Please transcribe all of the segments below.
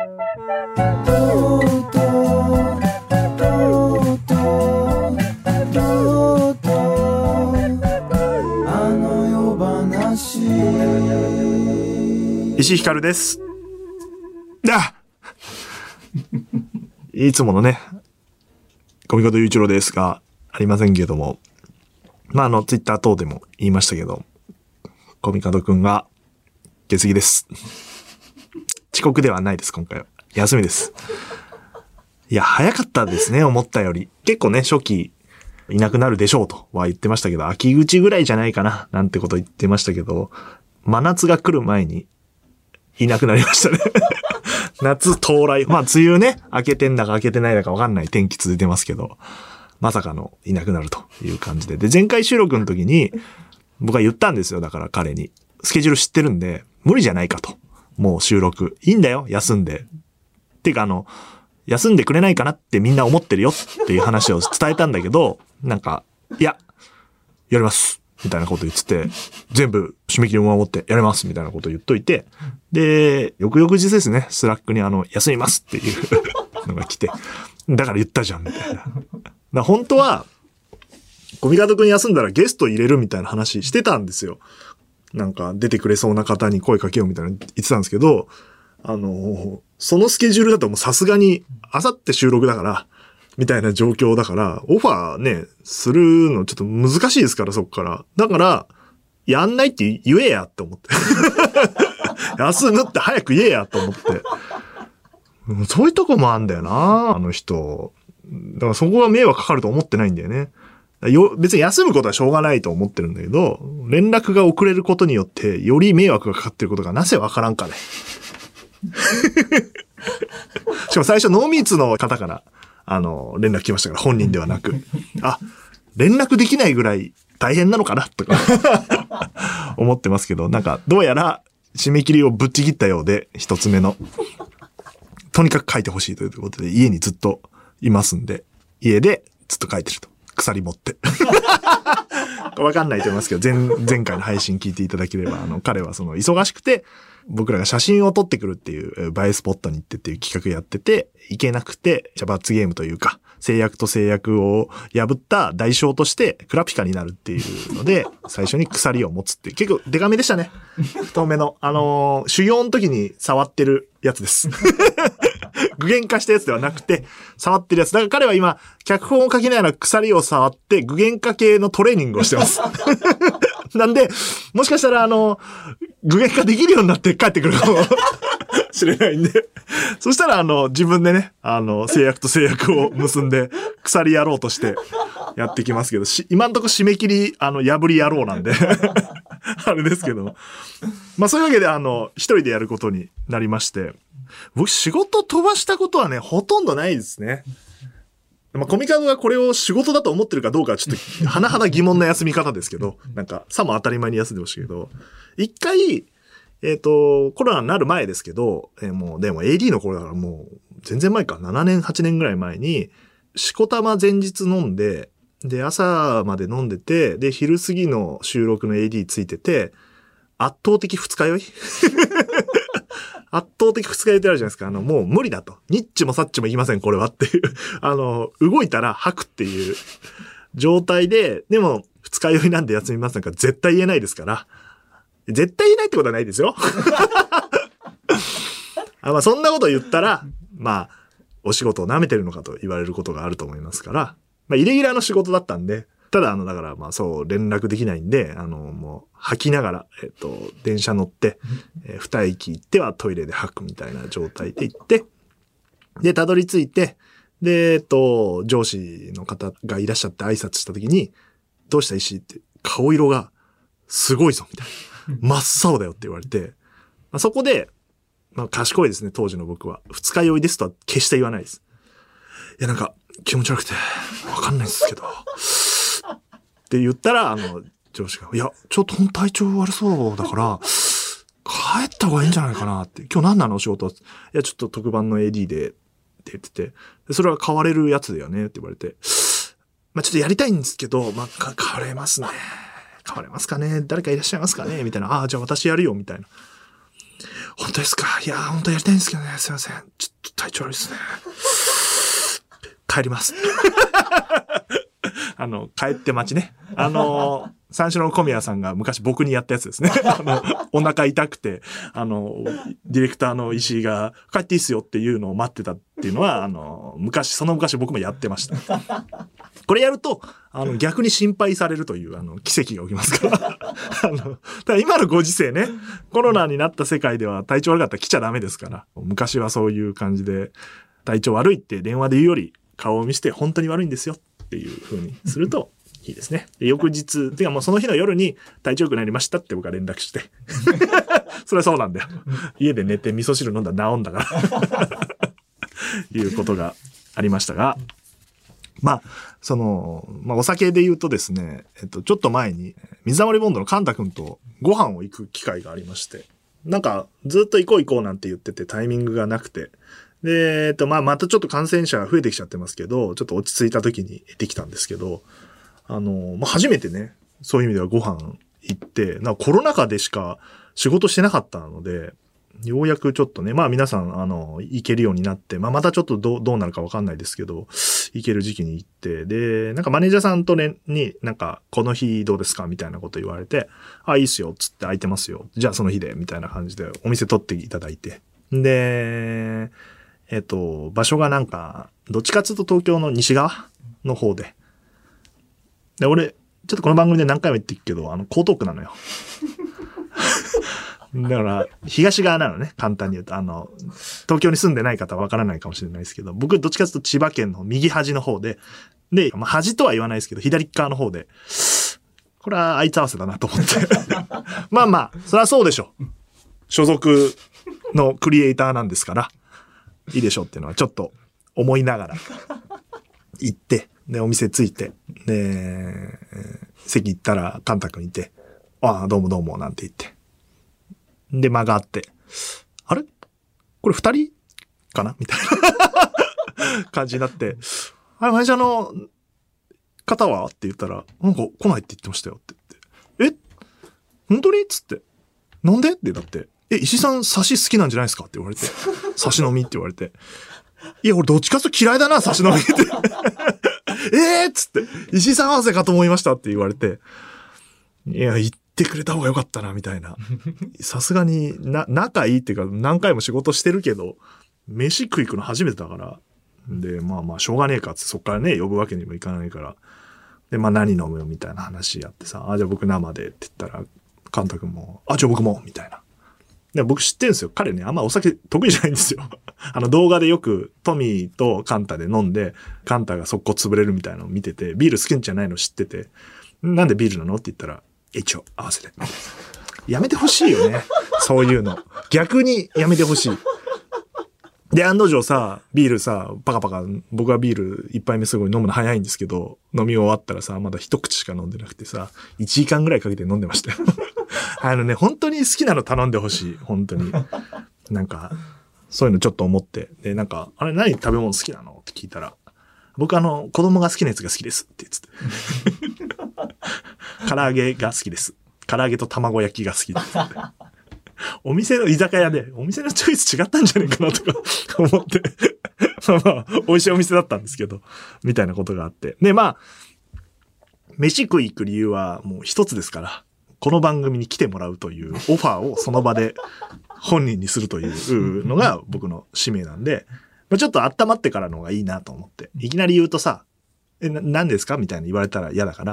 石井ひかるです。いつものね、コミカド雄一郎ですがありませんけども、ツイッター等でも言いましたけど、コミカドくんが欠席です。遅刻ではないです。今回は休みです。いや、早かったですね、思ったより。結構ね、初期いなくなるでしょうとは言ってましたけど、秋口ぐらいじゃないかななんてこと言ってましたけど、真夏が来る前にいなくなりましたね。夏到来。梅雨ね、明けてんだか明けてないだか分かんない天気続いてますけど、まさかのいなくなるという感じで。で、前回収録の時に僕は言ったんですよ。だから彼に。スケジュール知ってるんで、無理じゃないかと。もう収録。いいんだよ、休んで。てか休んでくれないかなってみんな思ってるよっていう話を伝えたんだけど、いや、やります。みたいなこと言ってて、全部締め切りを守ってやりますみたいなこと言っといて、で、翌々日ですね、スラックに休みますっていうのが来て、だから言ったじゃんみたいな。本当は、コミカドくん休んだらゲスト入れるみたいな話してたんですよ。出てくれそうな方に声かけようみたいな言ってたんですけど、そのスケジュールだともうさすがに、あさって収録だから、みたいな状況だから、オファーね、するのちょっと難しいですから、そっから。だから、やんないって言えやって思って。休むって早く言えやと思って。そういうとこもあんだよな、あの人。だからそこが迷惑かかると思ってないんだよね。別に休むことはしょうがないと思ってるんだけど、連絡が遅れることによって、より迷惑がかかってることがなぜわからんかね。しかも最初ノーミーツの方から、連絡来ましたから、本人ではなく。連絡できないぐらい大変なのかなとか思ってますけど、どうやら締め切りをぶっちぎったようで、一つ目の。とにかく書いてほしいということで、家にずっといますんで、家でずっと書いてると。鎖持って。わかんないと思いますけど、前回の配信聞いていただければ、彼は忙しくて、僕らが写真を撮ってくるっていう映えスポットに行ってっていう企画やってて、行けなくて、罰ゲームというか、制約と制約を破った代償としてクラピカになるっていうので、最初に鎖を持つっていう、結構デカめでしたね。太めの。修行の時に触ってるやつです。具現化したやつではなくて、触ってるやつ。だから彼は今、脚本を書きながら鎖を触って具現化系のトレーニングをしてます。なんで、もしかしたら具現化できるようになって帰ってくるかもしれないんで。そしたら自分でね、制約と制約を結んで、鎖やろうとしてやってきますけど、今んとこ締め切り、破りやろうなんで、あれですけど。そういうわけで一人でやることになりまして、僕仕事飛ばしたことはね、ほとんどないですね。コミカドがこれを仕事だと思ってるかどうかはちょっと、甚だ疑問な休み方ですけど、さも当たり前に休んでほしいけど、一回、コロナになる前ですけど、でも AD の頃だからもう、全然前か、7年、8年ぐらい前に、しこたま前日飲んで、で、朝まで飲んでて、で、昼過ぎの収録の AD ついてて、圧倒的二日酔い圧倒的二日酔いってあるじゃないですか。もう無理だと。ニッチもサッチもいきません、これはっていう。動いたら吐くっていう状態で、でも二日酔いなんで休みますなんか絶対言えないですから。絶対言えないってことはないですよ。そんなこと言ったら、お仕事を舐めてるのかと言われることがあると思いますから、イレギュラーの仕事だったんで、ただだから連絡できないんで、もう吐きながら、電車乗って、二駅行ってはトイレで吐くみたいな状態で行って、で、たどり着いて、で、上司の方がいらっしゃって挨拶した時に、どうした石井って、顔色がすごいぞ、みたいな。真っ青だよって言われて、そこで、賢いですね、当時の僕は。二日酔いですとは決して言わないです。いや、気持ち悪くて、わかんないですけど、って言ったら、上司が、いや、ちょっと体調悪そうだから、帰った方がいいんじゃないかなって。今日何なのお仕事？いや、ちょっと特番の AD で、って言ってて、それは変われるやつだよねって言われて、ちょっとやりたいんですけど、変われますね。変われますかね？誰かいらっしゃいますかね？みたいな。じゃあ私やるよ、みたいな。 本当ですか？いやー、本当やりたいんですけどね。すいません。ちょっと体調悪いですね。帰ります。帰って待ちね。三四郎の小宮さんが昔僕にやったやつですね。お腹痛くて、ディレクターの石井が帰っていいっすよっていうのを待ってたっていうのは、その昔僕もやってました。これやると、逆に心配されるという、奇跡が起きますから。ただ今のご時世ね、コロナになった世界では体調悪かったら来ちゃダメですから、昔はそういう感じで、体調悪いって電話で言うより、顔を見せて本当に悪いんですよっていう風にするといいですね。で翌日、てかもうその日の夜に体調良くなりましたって僕は連絡して。それはそうなんだよ。家で寝て味噌汁飲んだら治んだから。いうことがありましたが。まあ、お酒で言うとですね、ちょっと前に、水溜りボンドのカンタ君とご飯を行く機会がありまして、なんかずっと行こう行こうなんて言っててタイミングがなくて、で、またちょっと感染者が増えてきちゃってますけど、ちょっと落ち着いた時にできたんですけど、初めてね、そういう意味ではご飯行って、コロナ禍でしか仕事してなかったので、ようやくちょっとね、皆さん、行けるようになって、またちょっとどうなるかわかんないですけど、行ける時期に行って、で、マネージャーさんとね、この日どうですかみたいなこと言われて、いいっすよ、つって空いてますよ。じゃあその日で、みたいな感じでお店取っていただいて。で、場所がどっちかっていうと東京の西側の方で。で、俺、ちょっとこの番組で何回も言ってるけど、江東区なのよ。だから、東側なのね、簡単に言うと。東京に住んでない方はわからないかもしれないですけど、僕どっちかというと千葉県の右端の方で、で、端とは言わないですけど、左側の方で、これはあいつ合わせだなと思って。そりゃそうでしょ。所属のクリエイターなんですから、いいでしょっていうのはちょっと思いながら行って、で、お店着いて、で、席行ったらカンタ君いて、どうもどうもなんて言って。で、間があって、あれこれ2人かなみたいな感じになって、マネージャーの方はって言ったら、来ないって言ってましたよって言って。本当につって。なんでってだって。石井さん、刺し好きなんじゃないですかって言われて。刺し飲みって言われて。いや、俺どっちかというと嫌いだな、刺し飲みって。つって。石井さん合わせかと思いましたって言われて。いや、言ってくれた方がよかったな、みたいな。さすがに仲いいっていうか、何回も仕事してるけど、飯食い行くの初めてだから。で、しょうがねえかって、そっからね、呼ぶわけにもいかないから。で、何飲むよ、みたいな話やってさ、じゃあ僕生でって言ったら、カンタ君も、じゃあ僕も、みたいな。で僕知ってるんですよ。彼ね、あんまお酒得意じゃないんですよ。動画でよくトミーとカンタで飲んで、カンタが速攻潰れるみたいなのを見てて、ビール好きんじゃないの知ってて、なんでビールなのって言ったら、一応合わせて。やめてほしいよね。そういうの。逆にやめてほしい。で、案の定さ、ビールさ、パカパカ、僕はビール一杯目すごい飲むの早いんですけど、飲み終わったらさ、まだ一口しか飲んでなくてさ、1時間ぐらいかけて飲んでましたよ。本当に好きなの頼んでほしい。本当に。そういうのちょっと思って。で、あれ何食べ物好きなのって聞いたら、僕子供が好きなやつが好きですって言ってて。唐揚げが好きです。唐揚げと卵焼きが好きです。お店の居酒屋で、お店のチョイス違ったんじゃないかなとか思って。美味しいお店だったんですけど、みたいなことがあって。で、飯食い行く理由はもう一つですから。この番組に来てもらうというオファーをその場で本人にするというのが僕の使命なんで、ちょっと温まってからの方がいいなと思って。いきなり言うとさ、何ですかみたいに言われたら嫌だから、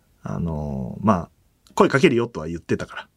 声かけるよとは言ってたから、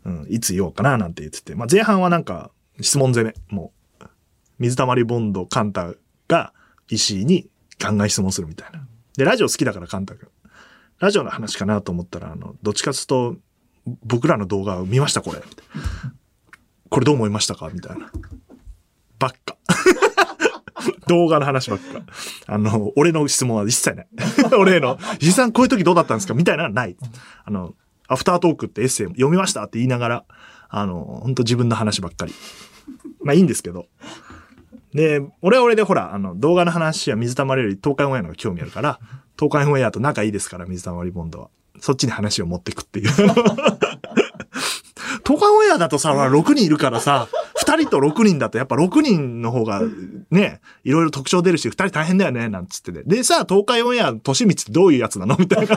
いつ言おうかななんて言ってて、前半は質問攻め、もう、水溜りボンドカンタが石井にガンガン質問するみたいな。で、ラジオ好きだからカンタ君。ラジオの話かなと思ったら、どっちかというと、僕らの動画を見ましたこれ。これどう思いましたかみたいな。ばっか。動画の話ばっか。俺の質問は一切ない。俺への、石井さんこういう時どうだったんですかみたいなのはない。アフタートークってエッセイ読みましたって言いながら、本当自分の話ばっかり。いいんですけど。で、俺は俺でほら、動画の話は水溜りより東海オンエアの方が興味あるから、東海オンエアと仲いいですから、水溜りボンドは。そっちに話を持っていくっていう。 東海オンエアだとさ、6人いるからさ、2人と6人だとやっぱ6人の方がね、いろいろ特徴出るし、2人大変だよね、なんつってて。でさ、東海オンエア、としみつってどういうやつなのみたいな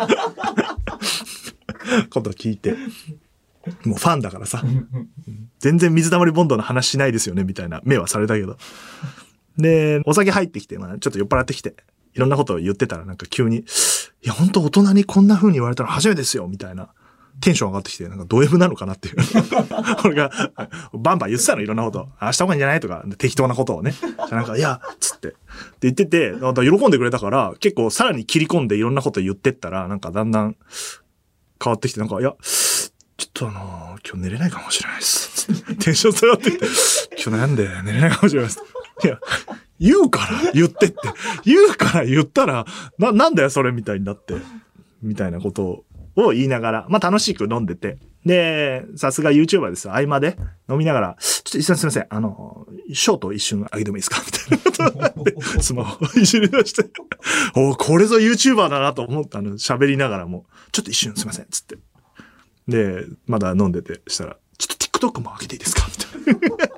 ことを聞いて。もうファンだからさ、全然水溜りボンドの話しないですよね、みたいな目はされたけど。で、お酒入ってきて、まあちょっと酔っ払ってきて、いろんなことを言ってたらなんか急に、いや、本当大人にこんな風に言われたら初めてですよ、みたいな。テンション上がってきて、なんかド M なのかなっていう。俺が、バンバン言ってたの、いろんなこと。ああした方がいいんじゃないとか、適当なことをね。なんか、いや、つって。って言ってて、喜んでくれたから、結構さらに切り込んでいろんなこと言ってったら、なんかだんだん変わってきて、なんか、いや、ちょっと今日寝れないかもしれないです。テンション下がってきて、今日悩んで寝れないかもしれないです。いや、言うから言ってって。言うから言ったら、なんだよそれみたいになって。みたいなことを言いながら、まあ楽しく飲んでて。で、さすが YouTuber ですよ。合間で飲みながら、ちょっとすいません、ショート一瞬上げてもいいですかみたいなことで、スマホをいじり出して、これぞ YouTuber だなと思った喋りながらも、ちょっと一瞬すいません、つって。で、まだ飲んでて、したら、ちょっと TikTok も上げていいですかみたいな。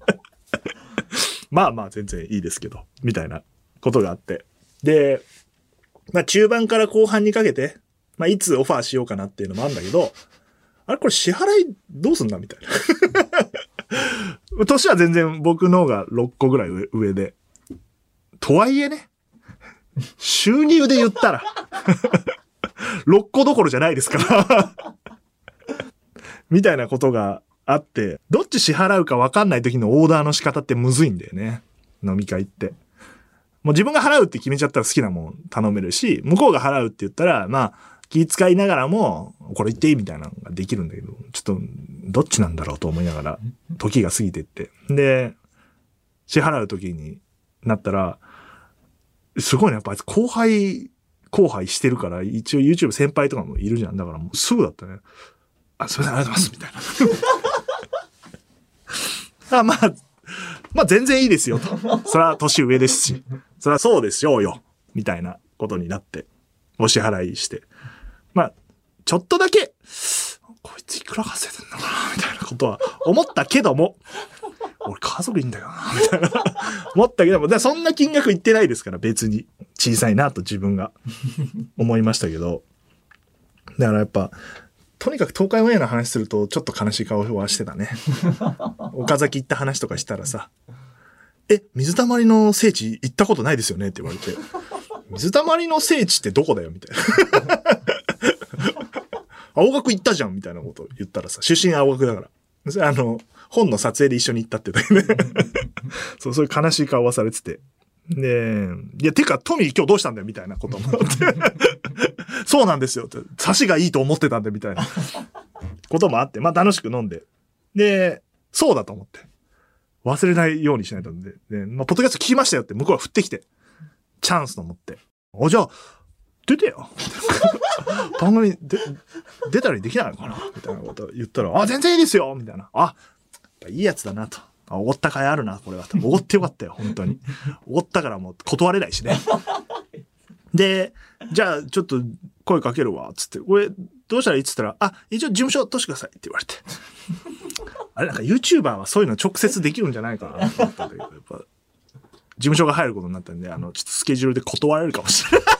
まあまあ全然いいですけど、みたいなことがあって。で、まあ中盤から後半にかけて、まあいつオファーしようかなっていうのもあるんだけど、あれこれ支払いどうすんだみたいな。年は全然僕の方が6個ぐらい上で。とはいえね、収入で言ったら、6個どころじゃないですから。みたいなことがあって、どっち支払うか分かんない時のオーダーの仕方ってむずいんだよね。飲み会って。もう自分が払うって決めちゃったら好きなもん頼めるし、向こうが払うって言ったら、まあ、気遣いながらも、これ言っていいみたいなのができるんだけど、ちょっと、どっちなんだろうと思いながら、時が過ぎてって。で、支払う時になったら、すごいね、やっぱあいつ後輩してるから、一応 YouTube 先輩とかもいるじゃん。だからもうすぐだったね。あ、すいません、ありがとうございます、みたいな。まあ全然いいですよと。それは年上ですし、それはそうですよ、みたいなことになって、お支払いして。まあ、ちょっとだけ、こいついくら稼いでんのかな、みたいなことは思ったけども、俺家族いいんだよな、みたいな。思ったけども、そんな金額言ってないですから、別に。小さいなと自分が思いましたけど。だからやっぱ、とにかく東海オンエアの話するとちょっと悲しい顔はしてたね。岡崎行った話とかしたらさ、水たまりの聖地行ったことないですよねって言われて、水たまりの聖地ってどこだよみたいな。青学行ったじゃんみたいなこと言ったらさ、出身青学だから。本の撮影で一緒に行ったって言ったね。そういう悲しい顔はされてて。で、いや、てか、トミー今日どうしたんだよみたいなこともあって。そうなんですよって。差しがいいと思ってたんでみたいなこともあって、まあ楽しく飲んで。で、そうだと思って。忘れないようにしないとんで。で、まあ、ポッドキャスト聞きましたよって向こうが振ってきて。チャンスと思って。じゃあ、出てよ。番組出たりできないのかなみたいなこと言ったら、全然いいですよみたいな。やっぱいいやつだなと。おごった甲斐あるな、これは。おごってよかったよ、本当に。おごったからもう断れないしね。で、じゃあちょっと声かけるわ、つって。これ、どうしたらいいっつったら、一応事務所通してくださいって言われて。あれなんか YouTuber はそういうの直接できるんじゃないかなと思ったんだけど、やっぱ、事務所が入ることになったんで、ちょっとスケジュールで断られるかもしれない。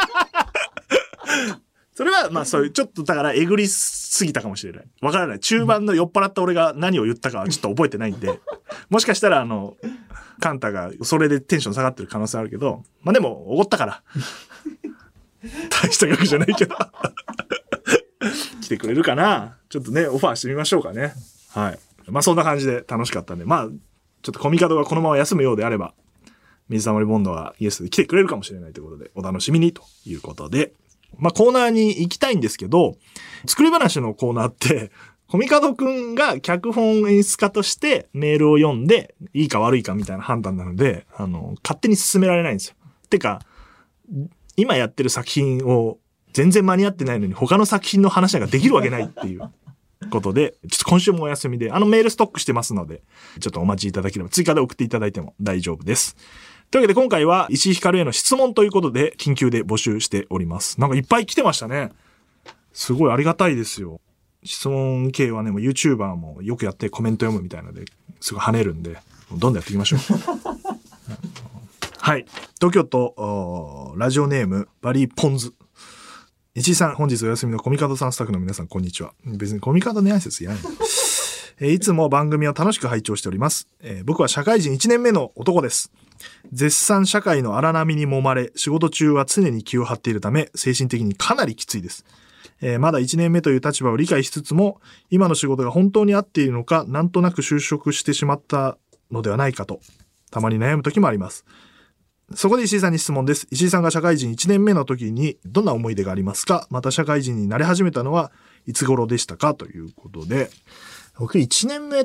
それは、まあそういう、ちょっとだからえぐりすぎたかもしれない。わからない。中盤の酔っ払った俺が何を言ったかはちょっと覚えてないんで、もしかしたらカンタがそれでテンション下がってる可能性あるけど、まあでも、おごったから。大した額じゃないけど。来てくれるかな？ちょっとね、オファーしてみましょうかね。はい。まあそんな感じで楽しかったんで、まあ、ちょっとコミカドがこのまま休むようであれば、水溜りボンドがイエスで来てくれるかもしれないということで、お楽しみにということで、まあコーナーに行きたいんですけど、作り話のコーナーって、コミカドくんが脚本演出家としてメールを読んで、いいか悪いかみたいな判断なので、勝手に進められないんですよ。てか、今やってる作品を全然間に合ってないのに他の作品の話ができるわけないっていうことで、ちょっと今週もお休みで、メールストックしてますので、ちょっとお待ちいただければ追加で送っていただいても大丈夫です。というわけで今回は石井ひかるへの質問ということで緊急で募集しております。なんかいっぱい来てましたね。すごいありがたいですよ。 質問系はね、もう YouTuber もよくやってコメント読むみたいなので、すごい跳ねるんで、どんどんやっていきましょう。はい。東京都、ラジオネーム、バリーポンズ。石井さん、本日お休みのコミカドさんスタッフの皆さん、こんにちは。別にコミカドに挨拶いらない。いつも番組を楽しく拝聴しております。僕は社会人1年目の男です。絶賛社会の荒波に揉まれ、仕事中は常に気を張っているため、精神的にかなりきついです。まだ1年目という立場を理解しつつも、今の仕事が本当に合っているのか、なんとなく就職してしまったのではないかと、たまに悩む時もあります。そこで石井さんに質問です。石井さんが社会人1年目の時にどんな思い出がありますか？また社会人になれ始めたのはいつ頃でしたか？ということで、僕1年目って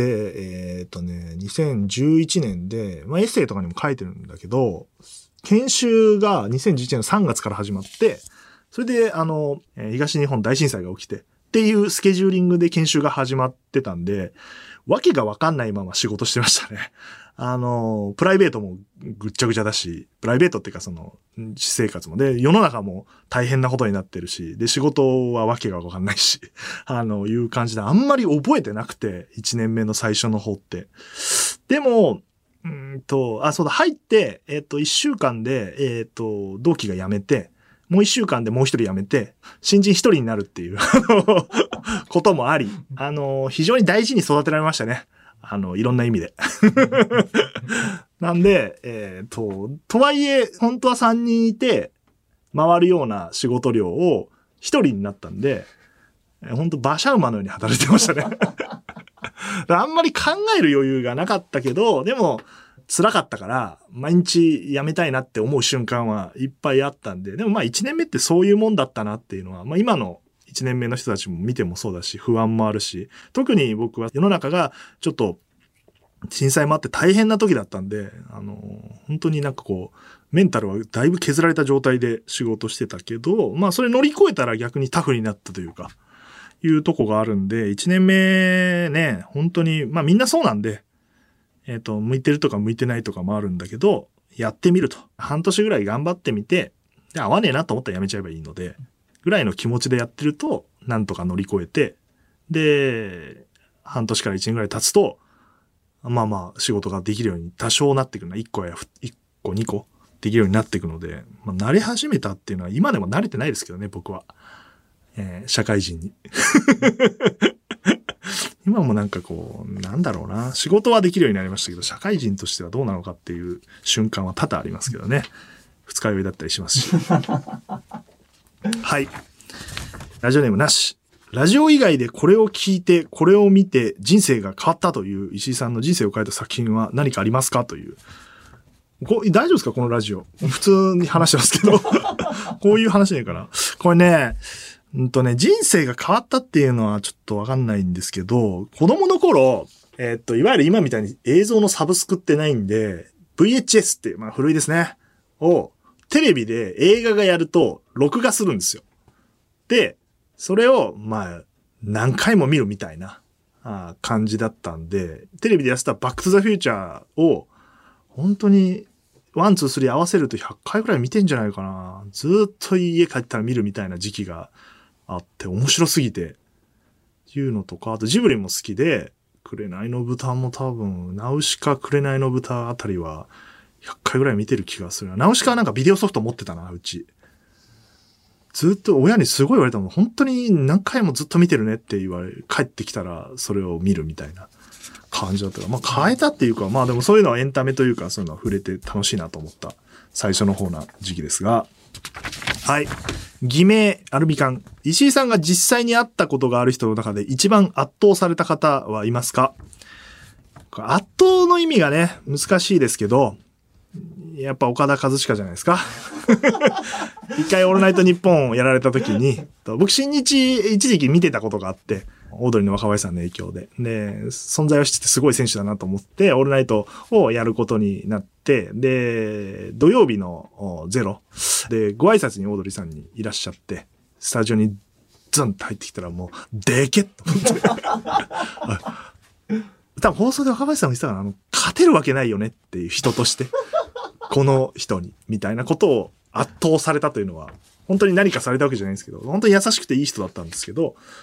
、2011年で、エッセイとかにも書いてるんだけど、研修が2011年の3月から始まって、それで、東日本大震災が起きて、っていうスケジューリングで研修が始まってたんで、わけがわかんないまま仕事してましたね。プライベートもぐっちゃぐちゃだし、プライベートっていうか私生活もで、世の中も大変なことになってるし、で、仕事はわけがわかんないし、いう感じで、あんまり覚えてなくて、1年目の最初の方って。でも、そうだ、入って、1週間で、同期が辞めて、もう1週間でもう1人辞めて、新人1人になるっていう、こともあり、非常に大事に育てられましたね。いろんな意味で。なんで、とはいえ、本当は3人いて、回るような仕事量を1人になったんで、本当馬車馬のように働いてましたね。あんまり考える余裕がなかったけど、でも、辛かったから、毎日辞めたいなって思う瞬間はいっぱいあったんで、でも1年目ってそういうもんだったなっていうのは、今の1年目の人たちも見てもそうだし、不安もあるし、特に僕は世の中がちょっと震災もあって大変な時だったんで、本当にメンタルはだいぶ削られた状態で仕事してたけど、それ乗り越えたら逆にタフになったというか、いうとこがあるんで、1年目ね、本当に、みんなそうなんで、向いてるとか向いてないとかもあるんだけど、やってみると。半年ぐらい頑張ってみて、で合わねえなと思ったらやめちゃえばいいので、ぐらいの気持ちでやってると、なんとか乗り越えて、で、半年から1年ぐらい経つと、仕事ができるように多少なってくるな。1個や1個、2個できるようになっていくので、慣れ始めたっていうのは今でも慣れてないですけどね、僕は。社会人に。今もなんだろうな。仕事はできるようになりましたけど、社会人としてはどうなのかっていう瞬間は多々ありますけどね。二日酔いだったりしますし。はい。ラジオネームなし。ラジオ以外でこれを聞いて、これを見て人生が変わったという石井さんの人生を変えた作品は何かありますかという。大丈夫ですかこのラジオ。普通に話してますけど。こういう話ねえかな。これね、人生が変わったっていうのはちょっとわかんないんですけど、子供の頃、いわゆる今みたいに映像のサブスクってないんで、VHS って、古いですね。を、テレビで映画がやると、録画するんですよ。で、それを、何回も見るみたいな、感じだったんで、テレビでやってたバックトゥザフューチャーを、本当に、1、2、3合わせると100回くらい見てんじゃないかな。ずーっと家帰ったら見るみたいな時期があって面白すぎて。いうのとか、あとジブリも好きで、紅の豚も多分、ナウシカ紅の豚あたりは100回ぐらい見てる気がするな。ナウシカはビデオソフト持ってたな、うち。ずっと親にすごい言われたもん。本当に何回もずっと見てるねって言われ、帰ってきたらそれを見るみたいな感じだったから。変えたっていうか、でもそういうのはエンタメというか、そういうのは触れて楽しいなと思った最初の方な時期ですが。はい。偽名、アルミカン。石井さんが実際に会ったことがある人の中で一番圧倒された方はいますか？圧倒の意味がね、難しいですけど、やっぱ岡田和親じゃないですか。一回オールナイトニッポンをやられた時に、僕新日一時期見てたことがあって、オードリーの若林さんの影響で。で、存在を知っててすごい選手だなと思って、オールナイトをやることになって、で、土曜日のゼロで、ご挨拶にオードリーさんにいらっしゃって、スタジオにズンと入ってきたらもう、でけっと思って。多分放送で若林さんも言ってたから、勝てるわけないよねっていう人として、この人に、みたいなことを圧倒されたというのは、本当に何かされたわけじゃないんですけど、本当に優しくていい人だったんですけど、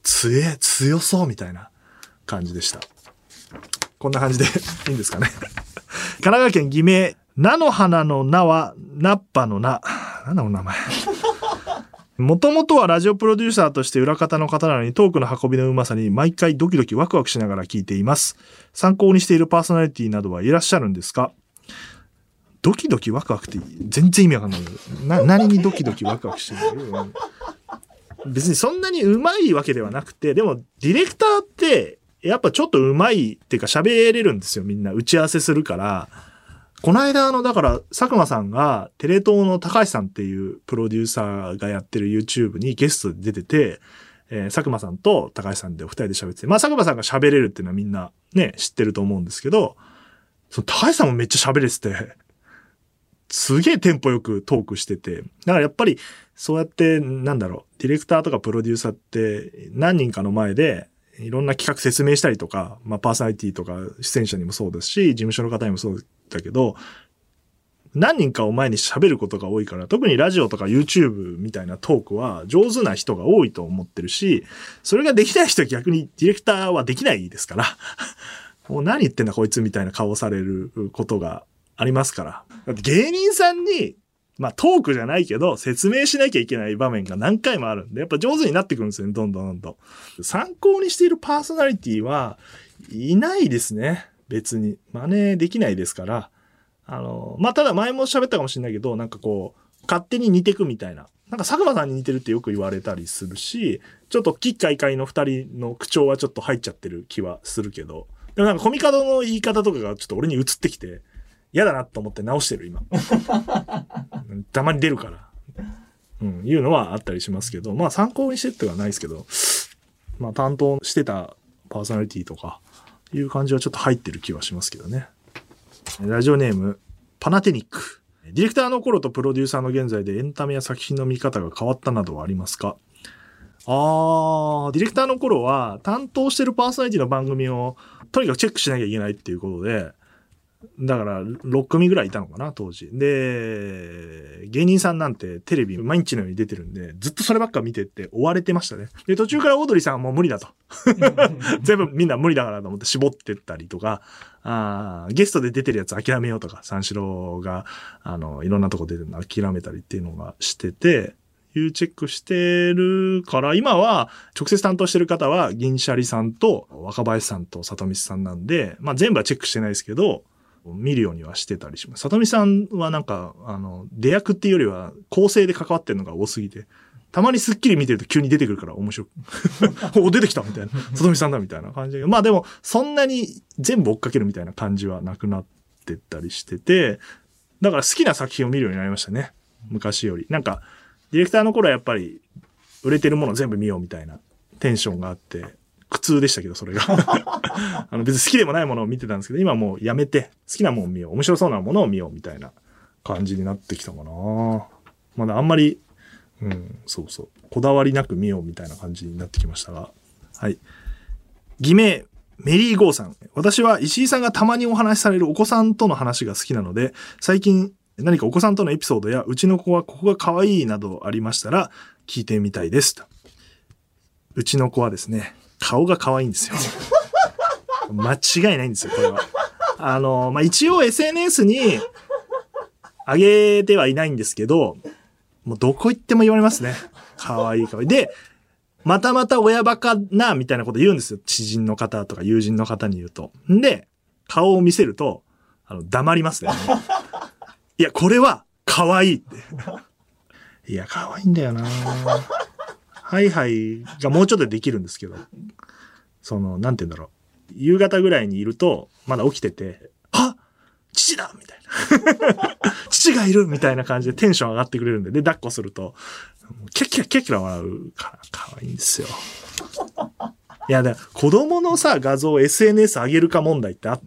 強そうみたいな感じでした。こんな感じでいいんですかね。神奈川県偽名、菜の花の菜は菜っぱの菜。なんだこの名前。もともとはラジオプロデューサーとして裏方の方なのにトークの運びのうまさに毎回ドキドキワクワクしながら聞いています。参考にしているパーソナリティなどはいらっしゃるんですか？ドキドキワクワクって全然意味わかんない。何にドキドキワクワクしてるの？別にそんなにうまいわけではなくて、でもディレクターってやっぱちょっとうまいっていうか喋れるんですよ。みんな打ち合わせするから。この間だから佐久間さんがテレ東の高橋さんっていうプロデューサーがやってる YouTube にゲストで出てて、佐久間さんと高橋さんでお二人で喋ってて、まあ佐久間さんが喋れるっていうのはみんなね知ってると思うんですけど、その高橋さんもめっちゃ喋れてて、すげえテンポよくトークしてて、だからやっぱりそうやってディレクターとかプロデューサーって何人かの前でいろんな企画説明したりとか、まあパーソナリティとか出演者にもそうですし、事務所の方にもそうだけど、何人かを前に喋ることが多いから、特にラジオとか YouTube みたいなトークは上手な人が多いと思ってるし、それができない人は逆にディレクターはできないですから、もう何言ってんだこいつみたいな顔されることがありますから。だって芸人さんに、まあトークじゃないけど説明しなきゃいけない場面が何回もあるんで、やっぱ上手になってくるんですよね、どんどん。参考にしているパーソナリティはいないですね。別に。真似できないですから。まあ、ただ前も喋ったかもしれないけど、勝手に似てくみたいな。佐久間さんに似てるってよく言われたりするし、ちょっと奇怪怪の二人の口調はちょっと入っちゃってる気はするけど、でもコミカドの言い方とかがちょっと俺に移ってきて、嫌だなと思って直してる今。たまに出るから。いうのはあったりしますけど、まあ参考にしてってはないですけど、まあ担当してたパーソナリティとか、いう感じはちょっと入ってる気はしますけどね。ラジオネーム、パナテニック。ディレクターの頃とプロデューサーの現在でエンタメや作品の見方が変わったなどはありますか？ディレクターの頃は担当してるパーソナリティの番組をとにかくチェックしなきゃいけないっていうことで、だから6組ぐらいいたのかな、当時。で、芸人さんなんてテレビ毎日のように出てるんで、ずっとそればっか見てって追われてましたね。で、途中からオードリーさんはもう無理だと。全部みんな無理だからと思って絞ってったりとか、ゲストで出てるやつ諦めようとか、三四郎が、いろんなとこ出てるの諦めたりっていうのがしてて、いうチェックしてるから、今は直接担当してる方は銀シャリさんと若林さんと里見さんなんで、まあ全部はチェックしてないですけど、見るようにはしてたりします。里見さんは出役っていうよりは構成で関わってるのが多すぎて、たまにスッキリ見てると急に出てくるから面白く。お、出てきたみたいな。里見さんだみたいな感じで。まあでも、そんなに全部追っかけるみたいな感じはなくなってったりしてて、だから好きな作品を見るようになりましたね。昔より。ディレクターの頃はやっぱり、売れてるもの全部見ようみたいなテンションがあって、苦痛でしたけど、それが。別に好きでもないものを見てたんですけど、今もうやめて、好きなものを見よう。面白そうなものを見ようみたいな感じになってきたかな。まだあんまり、こだわりなく見ようみたいな感じになってきましたが。はい。偽名、メリーゴーさん。私は石井さんがたまにお話しされるお子さんとの話が好きなので、最近何かお子さんとのエピソードや、うちの子はここが可愛いなどありましたら、聞いてみたいです。うちの子はですね、顔が可愛いんですよ。間違いないんですよ、これは。まあ、一応 SNS に上げてはいないんですけど、もうどこ行っても言われますね。可愛い可愛い。で、またまた親バカな、みたいなこと言うんですよ。知人の方とか友人の方に言うと。で、顔を見せると、黙りますね。いや、これは可愛いって。いや、可愛いんだよな。ハイハイがもうちょっとできるんですけど、なんて言うんだろう。夕方ぐらいにいると、まだ起きてて、あ、父だみたいな。父がいるみたいな感じでテンション上がってくれるんで、で、抱っこすると、キャッキャッキャッキャ笑うから可愛いんですよ。いや、子供の画像を SNS 上げるか問題ってあって、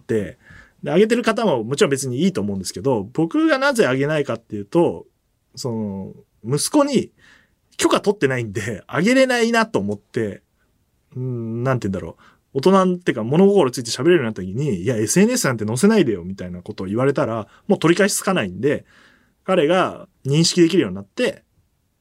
で、上げてる方ももちろん別にいいと思うんですけど、僕がなぜ上げないかっていうと、息子に許可取ってないんで、上げれないなと思って、なんて言うんだろう。大人っていうか物心ついて喋れるようになった時に、いや、SNS なんて載せないでよみたいなことを言われたら、もう取り返しつかないんで、彼が認識できるようになって、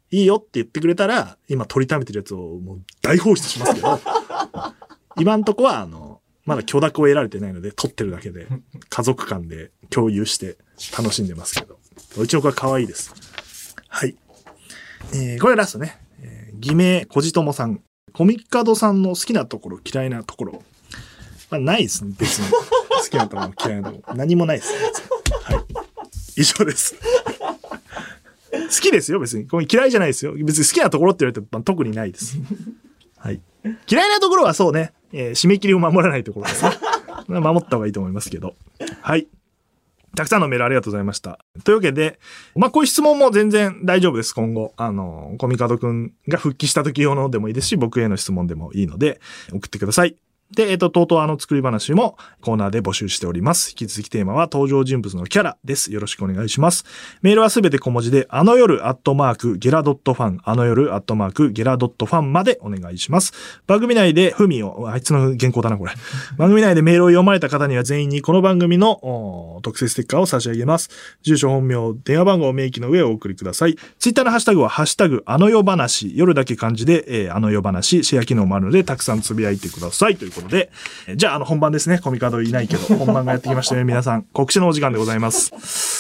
いいよって言ってくれたら、今取りためてるやつをもう大放出しますけど、今んとこはまだ許諾を得られてないので、撮ってるだけで、家族間で共有して楽しんでますけど。うちの子は可愛いです。はい。これラストね。偽名、こじともさん。コミカドさんの好きなところ、嫌いなところ。まあ、ないですね、別に。好きなところ、嫌いなところ。何もないですね。はい。以上です。好きですよ、別に。これ嫌いじゃないですよ。別に好きなところって言われて特にないです。はい。嫌いなところはそうね、締め切りを守らないところですね。守った方がいいと思いますけど。はい。たくさんのメールありがとうございました。というわけで、まあ、こういう質問も全然大丈夫です、今後。コミカドくんが復帰した時用のでもいいですし、僕への質問でもいいので、送ってください。で、とうとう作り話もコーナーで募集しております。引き続きテーマは登場人物のキャラです。よろしくお願いします。メールはすべて小文字で、夜@gera.fan、夜@gera.fan までお願いします。番組内であいつの原稿だな、これ。番組内でメールを読まれた方には全員にこの番組の特製ステッカーを差し上げます。住所、本名、電話番号を明記の上お送りください。ツイッターのハッシュタグは、ハッシュタグ、夜話、夜だけ漢字で、夜話、シェア機能もあるので、たくさんつぶやいてください。ということで、じゃあ本番ですね。コミカドいないけど、本番がやってきましたね。皆さん、告知のお時間でございます。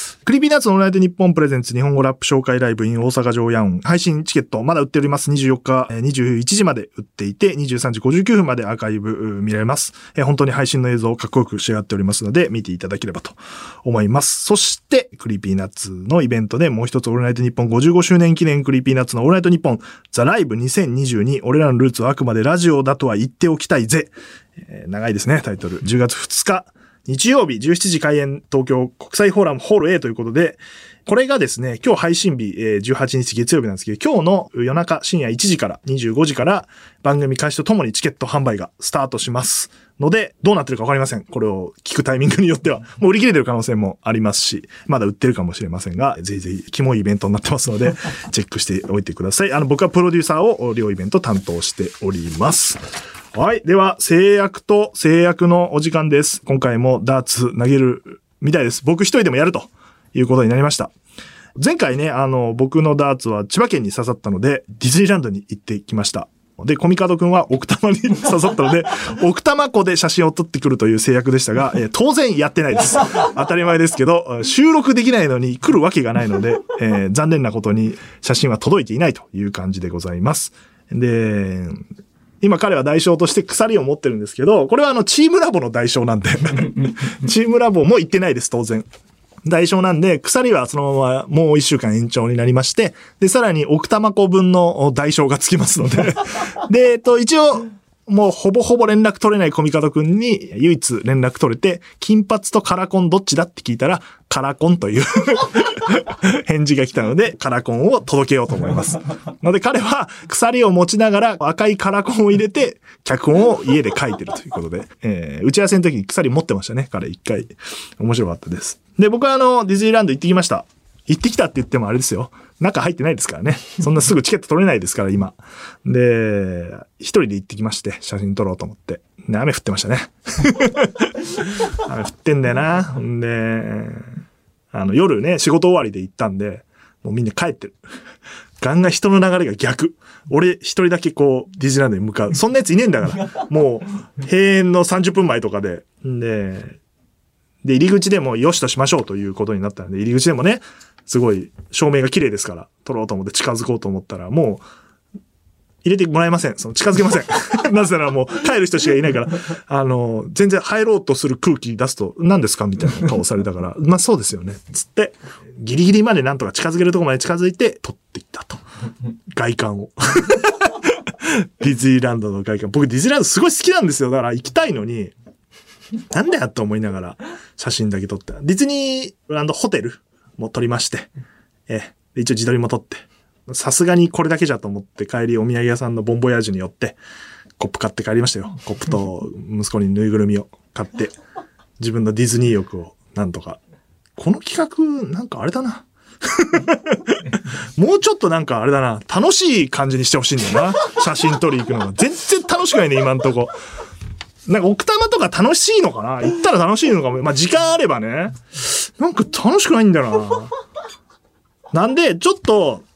クリーピーナッツのオールナイトニッポンプレゼンツ日本語ラップ紹介ライブ in 大阪城ヤオン配信チケットまだ売っております。24日21時まで売っていて23時59分までアーカイブ見られます。本当に配信の映像をかっこよく仕上がっておりますので見ていただければと思います。そしてクリーピーナッツのイベントでもう一つオールナイトニッポン55周年記念クリーピーナッツのオールナイトニッポンザライブ2022俺らのルーツはあくまでラジオだとは言っておきたいぜ。長いですねタイトル。10月2日日曜日17時開演東京国際フォーラムホール A ということで、これがですね、今日配信日18日月曜日なんですけど、今日の夜中深夜1時から25時から番組開始とともにチケット販売がスタートしますので、どうなってるかわかりません。これを聞くタイミングによっては、もう売り切れてる可能性もありますし、まだ売ってるかもしれませんが、ぜひぜひキモいイベントになってますので、チェックしておいてください。僕はプロデューサーを両イベント担当しております。はい。では、制約と制約のお時間です。今回もダーツ投げるみたいです。僕一人でもやるということになりました。前回ね、僕のダーツは千葉県に刺さったので、ディズニーランドに行ってきました。で、コミカドくんは奥多摩に刺さったので、奥多摩湖で写真を撮ってくるという制約でしたが、当然やってないです。当たり前ですけど、収録できないのに来るわけがないので、残念なことに写真は届いていないという感じでございます。で、今彼は代償として鎖を持ってるんですけど、これはチームラボの代償なんで、チームラボも行ってないです、当然。代償なんで、鎖はそのままもう1週間延長になりまして、で、さらに奥多摩湖分の代償がつきますので、で、一応、もうほぼほぼ連絡取れないコミカドくんに唯一連絡取れて、金髪とカラコンどっちだって聞いたら、カラコンという返事が来たので、カラコンを届けようと思います。ので彼は鎖を持ちながら赤いカラコンを入れて、脚本を家で書いてるということで、打ち合わせの時に鎖持ってましたね、彼一回。面白かったです。で、僕はディズニーランド行ってきました。行ってきたって言ってもあれですよ。中入ってないですからね。そんなすぐチケット取れないですから、今。で、一人で行ってきまして、写真撮ろうと思って。で、雨降ってましたね。雨降ってんだよな。んで、夜ね、仕事終わりで行ったんで、もうみんな帰ってる。ガンガン人の流れが逆。俺一人だけこう、ディズニーランドに向かう。そんなやついねえんだから。もう、閉園の30分前とかで。で、入り口でもよしとしましょうということになったので、入り口でもね、すごい照明が綺麗ですから、撮ろうと思って近づこうと思ったら、もう、入れてもらえません。近づけません。なぜならもう帰る人しかいないから、全然入ろうとする空気出すと、何ですかみたいな顔されたから、まあそうですよね。つって、ギリギリまでなんとか近づけるところまで近づいて、撮っていったと。外観を。ディズニーランドの外観。僕ディズニーランドすごい好きなんですよ。だから行きたいのに、なんだよと思いながら写真だけ撮って。ディズニーランドホテルも撮りまして、一応自撮りも撮って、さすがにこれだけじゃと思って帰りお土産屋さんのボンボヤージュに寄って、コップ買って帰りましたよ。コップと息子にぬいぐるみを買って、自分のディズニー欲をなんとか。この企画、なんかあれだな。もうちょっとなんかあれだな。楽しい感じにしてほしいんだよな。写真撮り行くのが。全然楽しくないね、今んとこ。なんか奥多摩とか楽しいのかな？行ったら楽しいのかも。まあ、時間あればね。なんか楽しくないんだよな。なんで、ちょっと、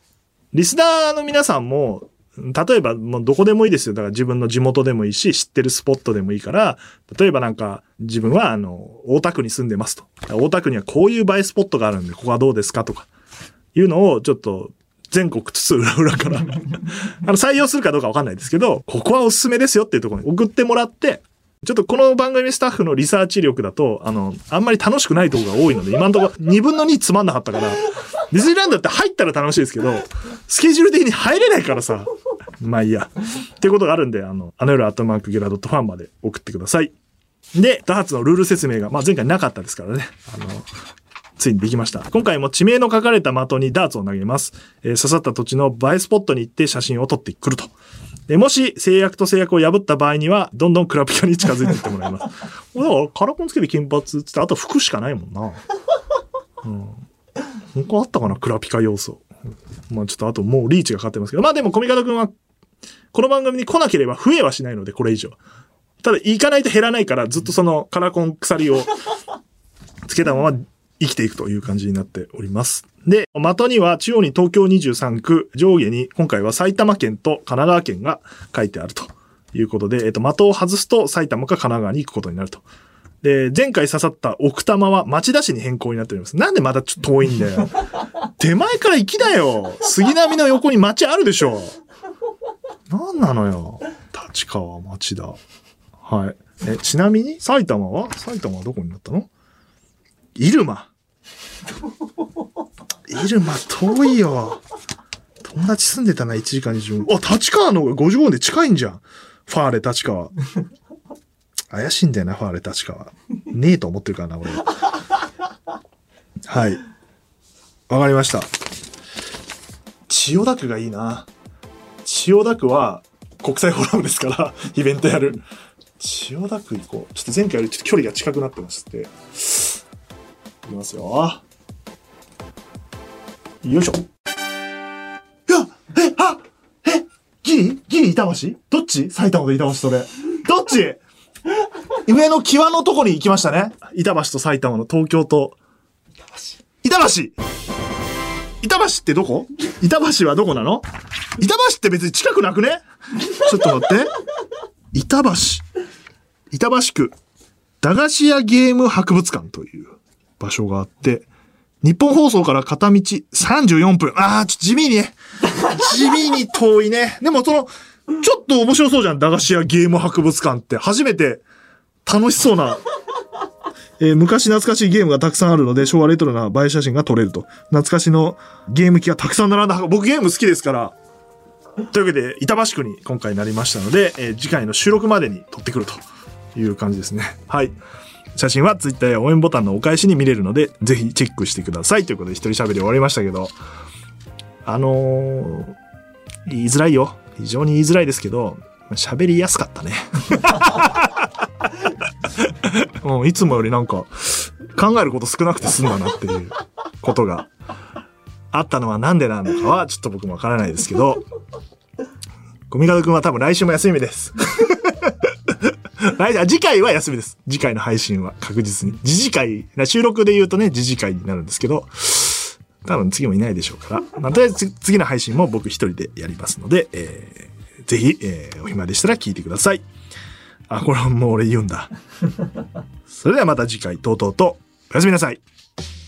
リスナーの皆さんも、例えばもうどこでもいいですよ。だから自分の地元でもいいし、知ってるスポットでもいいから、例えばなんか自分は大田区に住んでますと。大田区にはこういう映えスポットがあるんで、ここはどうですかとか、いうのをちょっと全国津々浦々から採用するかどうかわかんないですけど、ここはおすすめですよっていうところに送ってもらって、ちょっとこの番組スタッフのリサーチ力だと、あんまり楽しくないところが多いので、今のところ2分の2つまんなかったから、ディズニーランドって入ったら楽しいですけど、スケジュール的に入れないからさ、まあいいや。っていうことがあるんで、anelu@gela.fan まで送ってください。で、ダーツのルール説明が、まあ前回なかったですからね。ついにできました。今回も地名の書かれた的にダーツを投げます。刺さった土地の映えスポットに行って写真を撮ってくると。もし制約と制約を破った場合には、どんどんクラピカに近づいていってもらいます。だからカラコンつけて金髪つって、あと服しかないもんな。他あったかなクラピカ要素。まあちょっとあともうリーチがかかってますけど。まあでもコミカドくんは、この番組に来なければ増えはしないので、これ以上。ただ行かないと減らないから、ずっとそのカラコン鎖をつけたまま生きていくという感じになっております。で、的には中央に東京23区、上下に今回は埼玉県と神奈川県が書いてあるということで、的を外すと埼玉か神奈川に行くことになると。で、前回刺さった奥多摩は町田市に変更になっております。なんでまだちょっと遠いんだよ。手前から行きだよ。杉並の横に町あるでしょ。なんなのよ。立川、町田。はい。ちなみに埼玉はどこになったの？入間。入間遠いよ。友達住んでたな、1時間20分。立川の方が55分で近いんじゃん。ファーレ立川。怪しいんだよな、ファーレ立川。ねえと思ってるからな、俺。はい。わかりました。千代田区がいいな。千代田区は国際フォーラムですから、イベントやる。千代田区行こう。ちょっと前回よりちょっと距離が近くなってまして。いきますよ。よいしょ。ギリ板橋？どっち？埼玉と板橋それ。どっち？上の際のとこに行きましたね。板橋と埼玉の東京と。板橋ってどこ？板橋はどこなの？板橋って別に近くなくね？ちょっと待って。板橋区、駄菓子屋ゲーム博物館という場所があって、日本放送から片道34分。ちょっと地味に遠いね。でもちょっと面白そうじゃん。駄菓子屋ゲーム博物館って初めて楽しそうな、昔懐かしいゲームがたくさんあるので、昭和レトロな映え写真が撮れると。懐かしのゲーム機がたくさん並んだ。僕ゲーム好きですから。というわけで、板橋区に今回なりましたので、次回の収録までに撮ってくるという感じですね。はい。写真はツイッターや応援ボタンのお返しに見れるので、ぜひチェックしてください。ということで、一人喋り終わりましたけど、言いづらいよ。非常に言いづらいですけど、喋りやすかったね。いつもよりなんか、考えること少なくて済んだなっていうことがあったのはなんでなのかは、ちょっと僕もわからないですけど、コミカドくんは多分来週も休みです。次回は休みです。次回の配信は確実に。収録で言うとね、次回になるんですけど、多分次もいないでしょうから。とりあえず次の配信も僕一人でやりますので、ぜひ、お暇でしたら聞いてください。これはもう俺言うんだ。それではまた次回、とうとうとおやすみなさい。